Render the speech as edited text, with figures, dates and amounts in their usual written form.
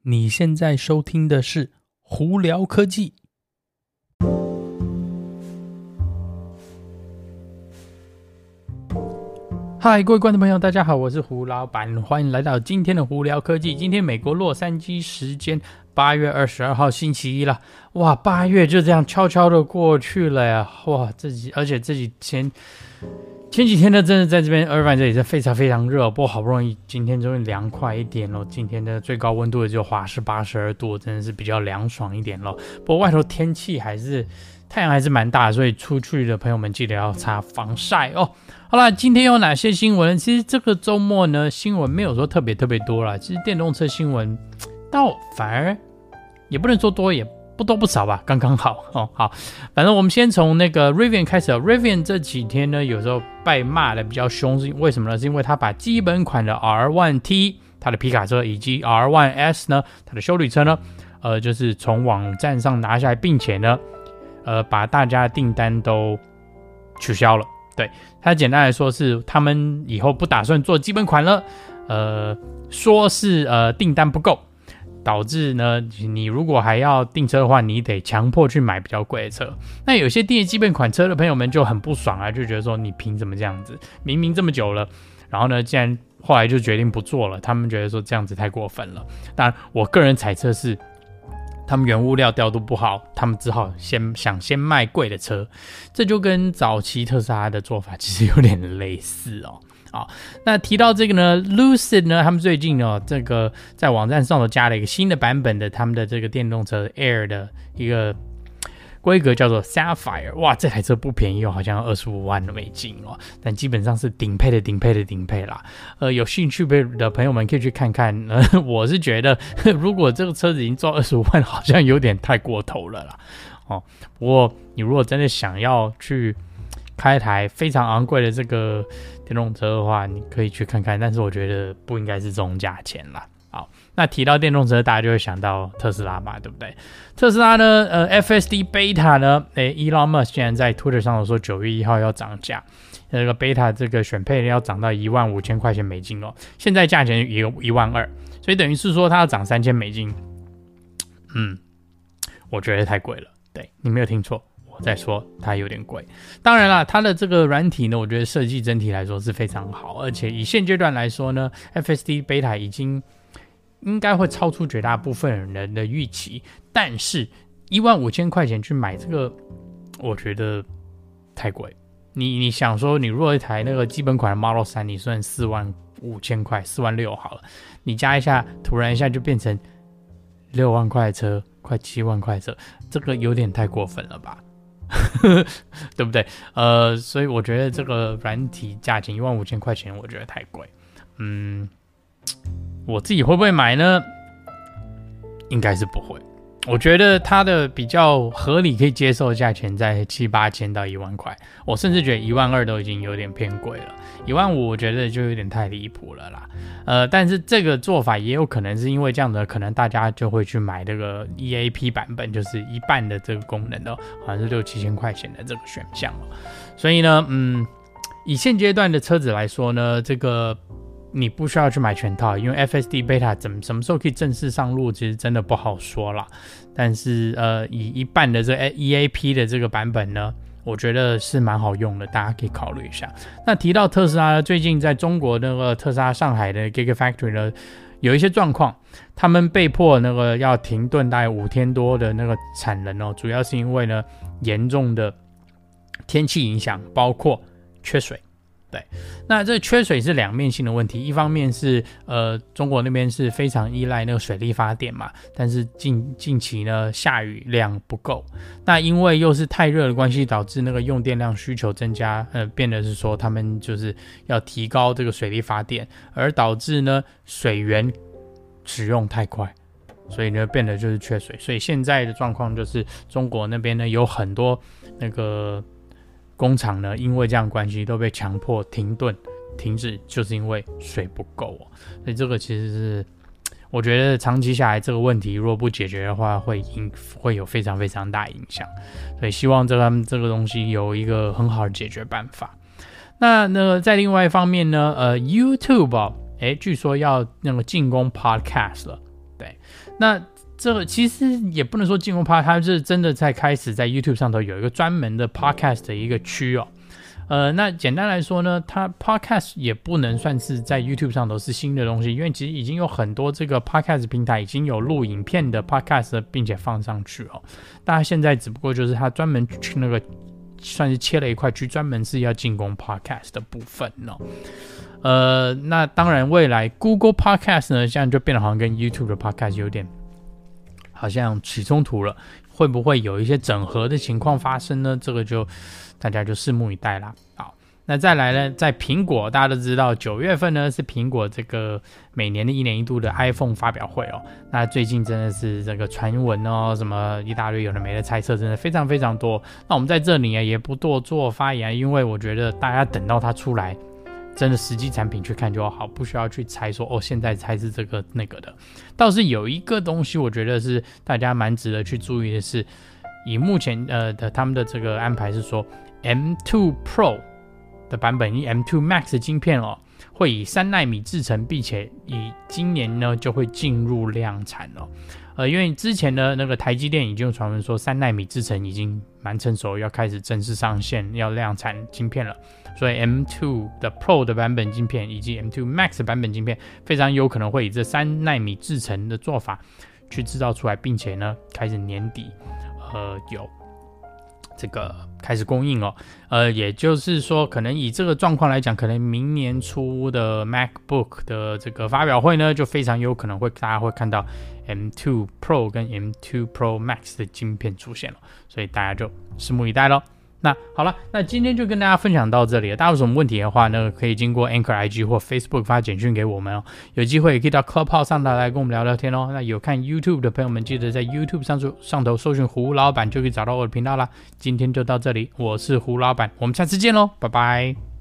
你现在收听的是胡聊科技。嗨，各位观众朋友，大家好，我是胡老板，欢迎来到今天的胡聊科技。今天美国洛杉矶时间8月22号星期一了，哇，8月就这样悄悄的过去了呀，哇，而且这几天前几天呢，真的在这边Irvine这里是非常非常热，不过好不容易今天终于凉快一点了。今天的最高温度也就华氏82度，真的是比较凉爽一点了。不过外头天气太阳还是蛮大的，所以出去的朋友们记得要擦防晒哦。好啦，今天有哪些新闻？其实这个周末呢，新闻没有说特别多啦。其实电动车新闻倒反而也不能说多，也不多不少吧，刚刚好哦。好，反正我们先从那个 Rivian 开始。Rivian 这几天呢，有时候被骂的比较凶，是为什么呢？是因为他把基本款的 R1T 它的皮卡车以及 R1S 呢，它的休旅车呢，就是从网站上拿下来，并且呢，把大家的订单都取消了。对，它简单来说是他们以后不打算做基本款了，说是订单不够。导致呢，你如果还要订车的话，你得强迫去买比较贵的车。那有些订基本款车的朋友们就很不爽啊，就觉得说你凭什么这样子？明明这么久了，然后呢，既然后来就决定不做了，他们觉得说这样子太过分了。当然，我个人猜测是他们原物料调度不好，他们只好先卖贵的车，这就跟早期特斯拉的做法其实有点类似哦。好，那提到这个呢 ，Lucid 呢，他们最近这个在网站上头加了一个新的版本的他们的这个电动车 Air 的一个规格叫做 Sapphire， 哇，这台车不便宜哦，好像25万美金哦，但基本上是顶配的啦。有兴趣的朋友们可以去看看。我是觉得如果这个车子已经做25万，好像有点太过头了啦。哦，不过你如果真的想要去开台非常昂贵的这个电动车的话，你可以去看看，但是我觉得不应该是这种价钱啦。好，那提到电动车，大家就会想到特斯拉嘛，对不对？特斯拉呢，FSD Beta 呢，Elon Musk 竟然在 Twitter 上说9月1号要涨价，这个 Beta 这个选配要涨到15000块钱美金哦，现在价钱也有12000，所以等于是说它要涨3000美金。我觉得太贵了，对，你没有听错。我在说它有点贵，当然啦，它的这个软体呢，我觉得设计整体来说是非常好，而且以现阶段来说呢 ，FSD Beta 已经应该会超出绝大部分人的预期，但是15000块钱去买这个，我觉得太贵。你想说，你如果一台那个基本款的 Model 3，你算45000块，46000好了，你加一下，突然一下就变成6万块的车，快7万块的车，这个有点太过分了吧？对不对？所以我觉得这个软体价钱15000块钱，我觉得太贵。我自己会不会买呢？应该是不会。我觉得它的比较合理可以接受的价钱在7、8千到1万块，我甚至觉得12000都已经有点偏贵了，15000我觉得就有点太离谱了啦。但是这个做法也有可能是因为这样的，可能大家就会去买这个 EAP 版本，就是一半的这个功能的，好像是6、7千块钱的这个选项哦。所以呢，以现阶段的车子来说呢，这个你不需要去买全套，因为 FSD Beta 什么时候可以正式上路，其实真的不好说啦。但是以一半的这个 EAP 的这个版本呢，我觉得是蛮好用的，大家可以考虑一下。那提到特斯拉呢，最近在中国那个特斯拉上海的 Gigafactory 呢，有一些状况，他们被迫那个要停顿大概5天多的那个产能哦，主要是因为呢严重的天气影响，包括缺水。对，那这缺水是两面性的问题，一方面是中国那边是非常依赖那个水力发电嘛，但是近期呢下雨量不够，那因为又是太热的关系，导致那个用电量需求增加，变得是说他们就是要提高这个水力发电，而导致呢水源使用太快，所以呢变得就是缺水，所以现在的状况就是中国那边呢有很多那个工厂呢，因为这样关系都被强迫停顿、停止，就是因为水不够哦。所以这个其实是，我觉得长期下来这个问题如果不解决的话，会有非常非常大影响。所以希望他们这个东西有一个很好的解决办法。那在另外一方面呢，YouTube 据说要那个进攻 Podcast 了。 对，那这个其实也不能说进攻 Podcast， 它是真的在开始在 YouTube 上头有一个专门的 Podcast 的一个区哦。那简单来说呢，它 Podcast 也不能算是在 YouTube 上头是新的东西，因为其实已经有很多这个 Podcast 平台已经有录影片的 Podcast 并且放上去哦。大家现在只不过就是它专门去那个算是切了一块区，专门是要进攻 Podcast 的部分哦。那当然未来 Google Podcast 呢，现在就变得好像跟 YouTube 的 Podcast 有点好像起冲突了，会不会有一些整合的情况发生呢？这个就大家就拭目以待啦。好，那再来呢，在苹果大家都知道9月份呢是苹果这个每年的1年1度的 iPhone 发表会哦。那最近真的是这个传闻哦，什么一大堆有的没的猜测，真的非常非常多。那我们在这里也不多做发言，因为我觉得大家等到它出来真的实际产品去看就好，不需要去猜说现在猜是这个那个的。倒是有一个东西我觉得是大家蛮值得去注意的是，以目前他们的这个安排是说 M2 Pro 的版本以 M2 Max 的晶片会以3奈米制成，并且以今年呢就会进入量产因为之前的那个台积电已经有传闻说3奈米制程已经蛮成熟，要开始正式上线，要量产晶片了。所以 M2 的 Pro 的版本晶片以及 M2 Max 的版本晶片非常有可能会以这3奈米制程的做法去制造出来，并且呢开始年底有这个开始供应也就是说可能以这个状况来讲，可能明年初的 MacBook 的这个发表会呢就非常有可能大家会看到 M2 Pro 跟 M2 Pro Max 的晶片出现了，所以大家就拭目以待咯。那好了，那今天就跟大家分享到这里了。大家有什么问题的话呢，可以经过 Anchor IG 或 Facebook 发简讯给我们有机会也可以到 Clubhouse 上来跟我们聊聊天那有看 YouTube 的朋友们，记得在 YouTube 上头搜寻胡老板就可以找到我的频道啦。今天就到这里，我是胡老板，我们下次见咯，拜拜。